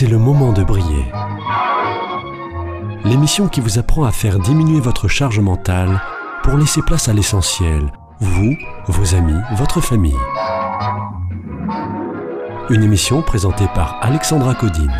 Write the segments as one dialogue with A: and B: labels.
A: c'est le moment de briller. L'émission qui vous apprend à faire diminuer votre charge mentale pour laisser place à l'essentiel, vous, vos amis, votre famille. Une émission présentée par Alexandra Codine.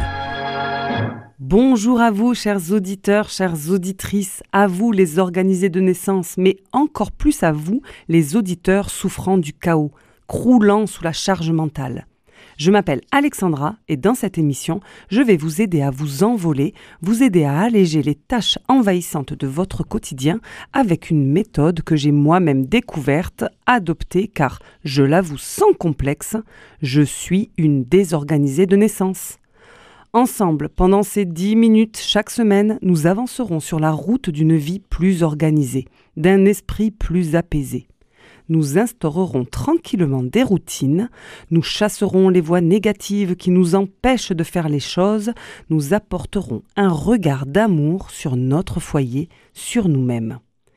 B: Bonjour à vous, chers auditeurs, chères auditrices, à vous les organisés de naissance, mais encore plus à vous, les auditeurs souffrant du chaos, croulant sous la charge mentale. Je m'appelle Alexandra et dans cette émission, je vais vous aider à vous envoler, vous aider à alléger les tâches envahissantes de votre quotidien avec une méthode que j'ai moi-même découverte, adoptée car, je l'avoue sans complexe, je suis une désorganisée de naissance. Ensemble, pendant ces 10 minutes chaque semaine, nous avancerons sur la route d'une vie plus organisée, d'un esprit plus apaisé. Nous instaurerons tranquillement des routines, nous chasserons les voix négatives qui nous empêchent de faire les choses, nous apporterons un regard d'amour sur notre foyer, sur nous-mêmes.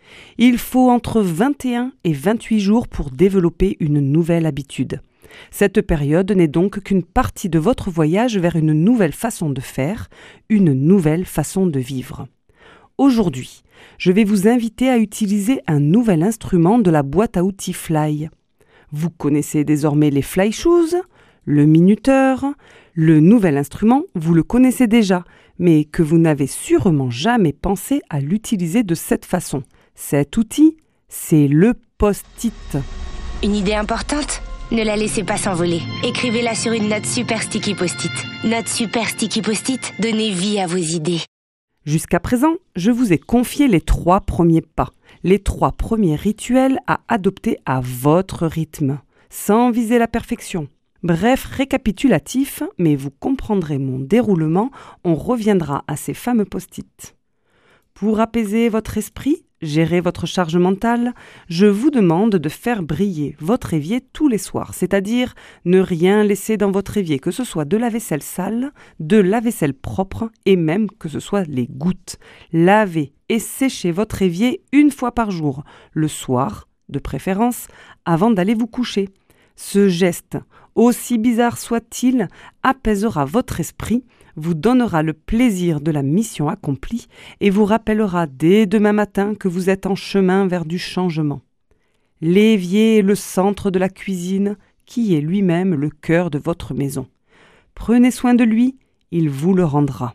B: Il faut entre 21 et 28 jours pour développer une nouvelle habitude. Cette période n'est donc qu'une partie de votre voyage vers une nouvelle façon de faire, une nouvelle façon de vivre. Aujourd'hui, je vais vous inviter à utiliser un nouvel instrument de la boîte à outils Fly. Vous connaissez désormais les Fly Shoes, le minuteur. Le nouvel instrument, vous le connaissez déjà, mais que vous n'avez sûrement jamais pensé à l'utiliser de cette façon. Cet outil, c'est le post-it.
C: Une idée importante ? Ne la laissez pas s'envoler. Écrivez-la sur une note super sticky post-it. Note super sticky post-it, donnez vie à vos idées.
B: Jusqu'à présent, je vous ai confié les 3 premiers pas, les 3 premiers rituels à adopter à votre rythme, sans viser la perfection. Bref, récapitulatif, mais vous comprendrez mon déroulement, on reviendra à ces fameux post-it. Pour apaiser votre esprit, gérer votre charge mentale, je vous demande de faire briller votre évier tous les soirs, c'est-à-dire ne rien laisser dans votre évier, que ce soit de la vaisselle sale, de la vaisselle propre et même que ce soit les gouttes. Lavez et séchez votre évier 1 fois par jour, le soir, de préférence, avant d'aller vous coucher. Ce geste, aussi bizarre soit-il, apaisera votre esprit, vous donnera le plaisir de la mission accomplie et vous rappellera dès demain matin que vous êtes en chemin vers du changement. L'évier est le centre de la cuisine, qui est lui-même le cœur de votre maison. Prenez soin de lui, il vous le rendra.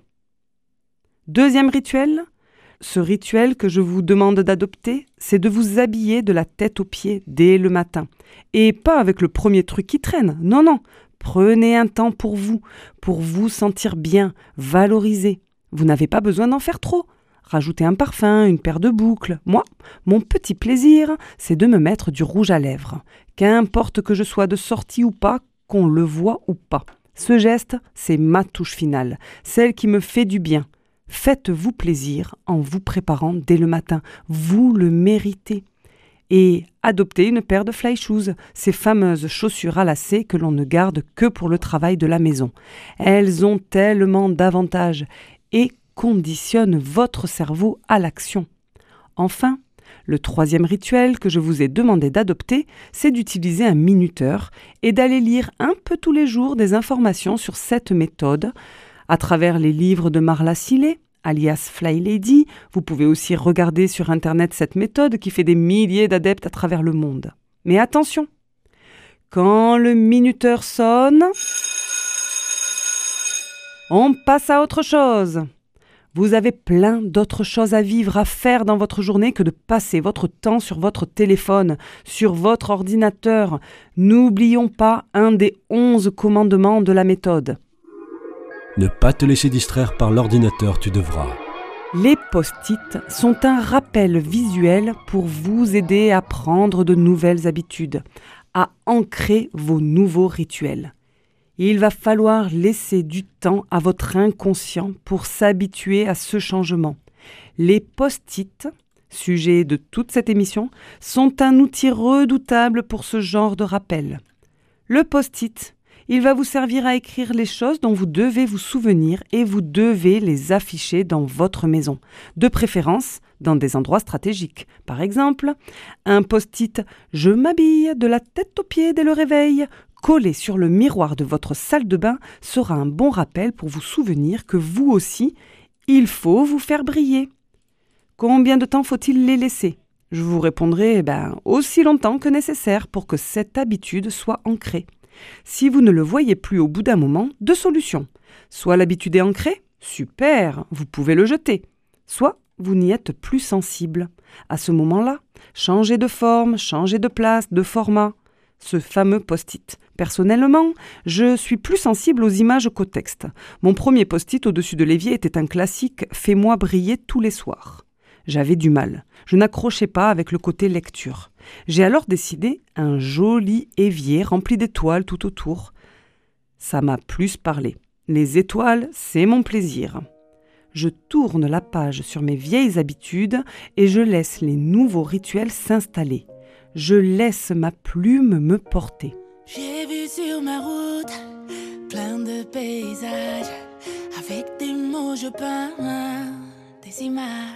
B: Deuxième rituel. Ce rituel que je vous demande d'adopter, c'est de vous habiller de la tête aux pieds dès le matin. Et pas avec le premier truc qui traîne, non. Prenez un temps pour vous sentir bien, valorisé. Vous n'avez pas besoin d'en faire trop. Rajoutez un parfum, une paire de boucles. Moi, mon petit plaisir, c'est de me mettre du rouge à lèvres. Qu'importe que je sois de sortie ou pas, qu'on le voie ou pas. Ce geste, c'est ma touche finale, celle qui me fait du bien. Faites-vous plaisir en vous préparant dès le matin. Vous le méritez. Et adoptez une paire de fly shoes, ces fameuses chaussures à lacets que l'on ne garde que pour le travail de la maison. Elles ont tellement d'avantages et conditionnent votre cerveau à l'action. Enfin, le 3e rituel que je vous ai demandé d'adopter, c'est d'utiliser un minuteur et d'aller lire un peu tous les jours des informations sur cette méthode à travers les livres de Marla Sillet, alias Fly Lady. Vous pouvez aussi regarder sur Internet cette méthode qui fait des milliers d'adeptes à travers le monde. Mais attention, quand le minuteur sonne, on passe à autre chose. Vous avez plein d'autres choses à vivre, à faire dans votre journée que de passer votre temps sur votre téléphone, sur votre ordinateur. N'oublions pas un des 11 commandements de la méthode.
A: Ne pas te laisser distraire par l'ordinateur, tu devras.
B: Les post-it sont un rappel visuel pour vous aider à prendre de nouvelles habitudes, à ancrer vos nouveaux rituels. Il va falloir laisser du temps à votre inconscient pour s'habituer à ce changement. Les post-it, sujet de toute cette émission, sont un outil redoutable pour ce genre de rappel. Le post-it, il va vous servir à écrire les choses dont vous devez vous souvenir et vous devez les afficher dans votre maison. De préférence, dans des endroits stratégiques. Par exemple, un post-it « Je m'habille de la tête aux pieds dès le réveil » collé sur le miroir de votre salle de bain sera un bon rappel pour vous souvenir que vous aussi, il faut vous faire briller. Combien de temps faut-il les laisser ? Je vous répondrai aussi longtemps que nécessaire pour que cette habitude soit ancrée. Si vous ne le voyez plus au bout d'un moment, 2 solutions. Soit l'habitude est ancrée, super, vous pouvez le jeter. Soit vous n'y êtes plus sensible. À ce moment-là, changez de forme, changez de place, de format. Ce fameux post-it. Personnellement, je suis plus sensible aux images qu'au texte. Mon premier post-it au-dessus de l'évier était un classique « Fais-moi briller tous les soirs ». J'avais du mal. Je n'accrochais pas avec le côté lecture. J'ai alors décidé un joli évier rempli d'étoiles tout autour. Ça m'a plus parlé. Les étoiles, c'est mon plaisir. Je tourne la page sur mes vieilles habitudes et je laisse les nouveaux rituels s'installer. Je laisse ma plume me porter.
D: J'ai vu sur ma route plein de paysages. Avec des mots je peins des images.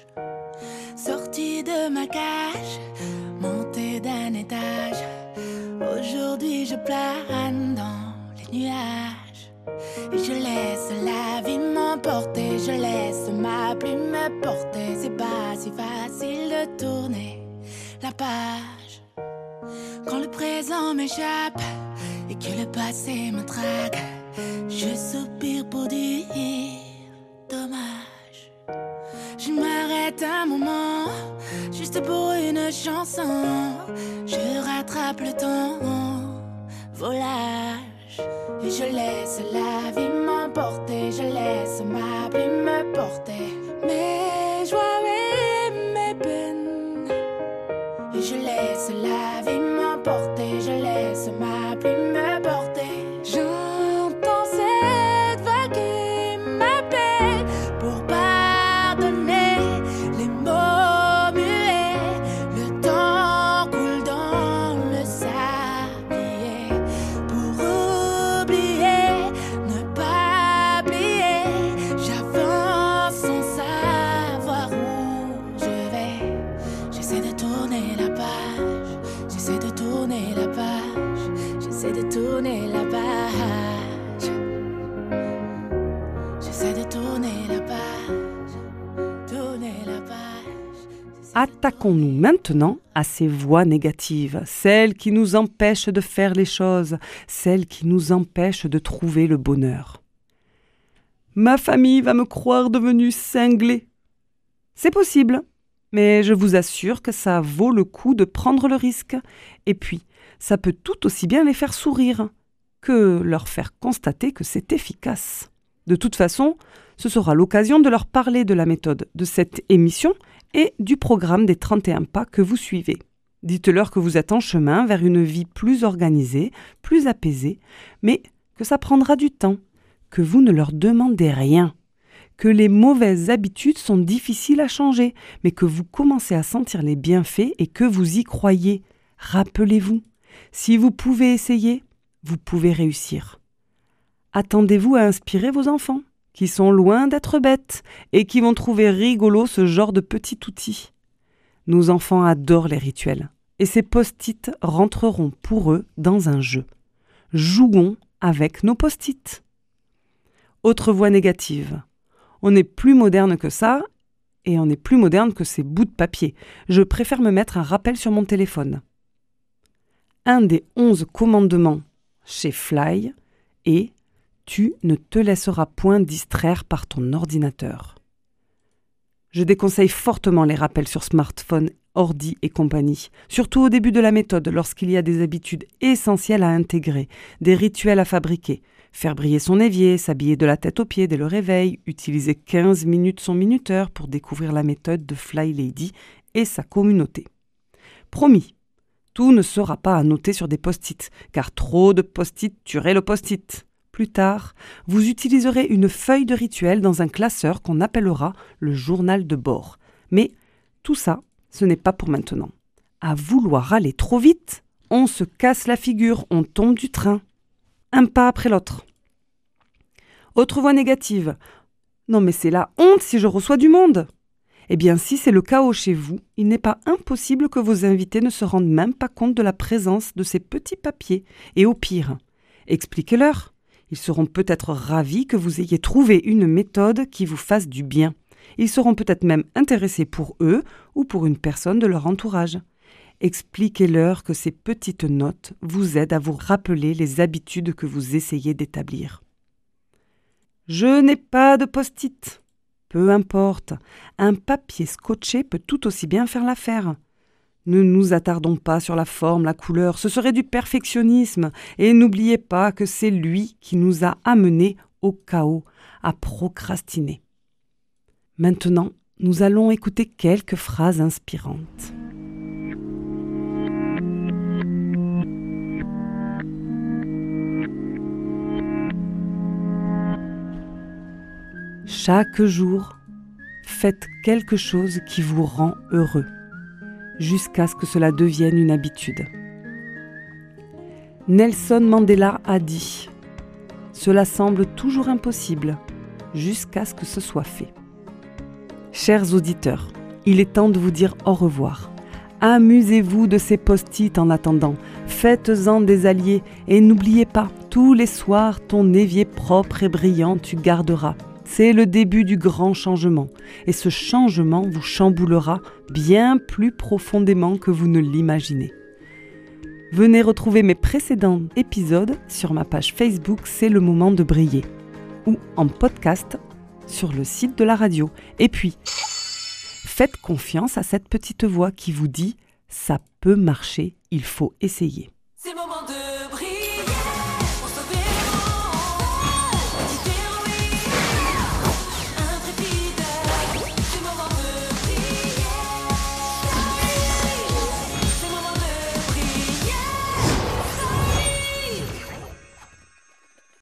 D: Sorti de ma cage, monté d'un étage. Aujourd'hui je plane dans les nuages. Et je laisse la vie m'emporter. Je laisse ma plume me porter. C'est pas si facile de tourner la page. Quand le présent m'échappe et que le passé me traque, je soupire pour dire dommage. Je m'arrête un moment, juste pour une chanson. Je rattrape le temps, volage. Et je laisse la vie m'emporter. Je laisse ma plume me porter. Mes joies et mes peines. Et je laisse la vie m'emporter. Je laisse ma plume me porter. J'entends cette vague qui m'appelle pour pardonner les mots muets. Le temps coule dans le sablier. Pour oublier, ne pas plier. J'avance sans savoir où je vais. J'essaie de tourner la page. J'essaie de tourner la page. J'essaie de tourner la page. J'essaie de tourner la page. Tourner la page.
B: Attaquons-nous maintenant à ces voix négatives, celles qui nous empêchent de faire les choses, celles qui nous empêchent de trouver le bonheur. Ma famille va me croire devenue cinglée. C'est possible, mais je vous assure que ça vaut le coup de prendre le risque. Et puis, ça peut tout aussi bien les faire sourire que leur faire constater que c'est efficace. De toute façon, ce sera l'occasion de leur parler de la méthode de cette émission et du programme des 31 pas que vous suivez. Dites-leur que vous êtes en chemin vers une vie plus organisée, plus apaisée, mais que ça prendra du temps, que vous ne leur demandez rien, que les mauvaises habitudes sont difficiles à changer, mais que vous commencez à sentir les bienfaits et que vous y croyez. Rappelez-vous, si vous pouvez essayer, vous pouvez réussir. Attendez-vous à inspirer vos enfants, qui sont loin d'être bêtes et qui vont trouver rigolo ce genre de petit outil. Nos enfants adorent les rituels et ces post-it rentreront pour eux dans un jeu. Jouons avec nos post-it. Autre voix négative. On est plus moderne que ça et on est plus moderne que ces bouts de papier. Je préfère me mettre un rappel sur mon téléphone. Un des 11 commandements chez Fly est « Tu ne te laisseras point distraire par ton ordinateur ». Je déconseille fortement les rappels sur smartphone, ordi et compagnie, surtout au début de la méthode lorsqu'il y a des habitudes essentielles à intégrer, des rituels à fabriquer, faire briller son évier, s'habiller de la tête aux pieds dès le réveil, utiliser 15 minutes son minuteur pour découvrir la méthode de Fly Lady et sa communauté. Promis, tout ne sera pas à noter sur des post-it, car trop de post-it tuerait le post-it. Plus tard, vous utiliserez une feuille de rituel dans un classeur qu'on appellera le journal de bord. Mais tout ça, ce n'est pas pour maintenant. À vouloir aller trop vite, on se casse la figure, on tombe du train. Un pas après l'autre. Autre voix négative. Non mais c'est la honte si je reçois du monde. Eh bien, si c'est le chaos chez vous, il n'est pas impossible que vos invités ne se rendent même pas compte de la présence de ces petits papiers. Et au pire, expliquez-leur. Ils seront peut-être ravis que vous ayez trouvé une méthode qui vous fasse du bien. Ils seront peut-être même intéressés pour eux ou pour une personne de leur entourage. Expliquez-leur que ces petites notes vous aident à vous rappeler les habitudes que vous essayez d'établir. Je n'ai pas de post-it. Peu importe, un papier scotché peut tout aussi bien faire l'affaire. Ne nous attardons pas sur la forme, la couleur, ce serait du perfectionnisme. Et n'oubliez pas que c'est lui qui nous a amenés au chaos, à procrastiner. Maintenant, nous allons écouter quelques phrases inspirantes. Chaque jour, faites quelque chose qui vous rend heureux, jusqu'à ce que cela devienne une habitude. Nelson Mandela a dit « Cela semble toujours impossible, jusqu'à ce que ce soit fait ». Chers auditeurs, il est temps de vous dire au revoir. Amusez-vous de ces post-it en attendant, faites-en des alliés et n'oubliez pas, tous les soirs, ton évier propre et brillant tu garderas. C'est le début du grand changement et ce changement vous chamboulera bien plus profondément que vous ne l'imaginez. Venez retrouver mes précédents épisodes sur ma page Facebook C'est le moment de briller ou en podcast sur le site de la radio. Et puis, faites confiance à cette petite voix qui vous dit « ça peut marcher, il faut essayer ».
E: C'est le moment de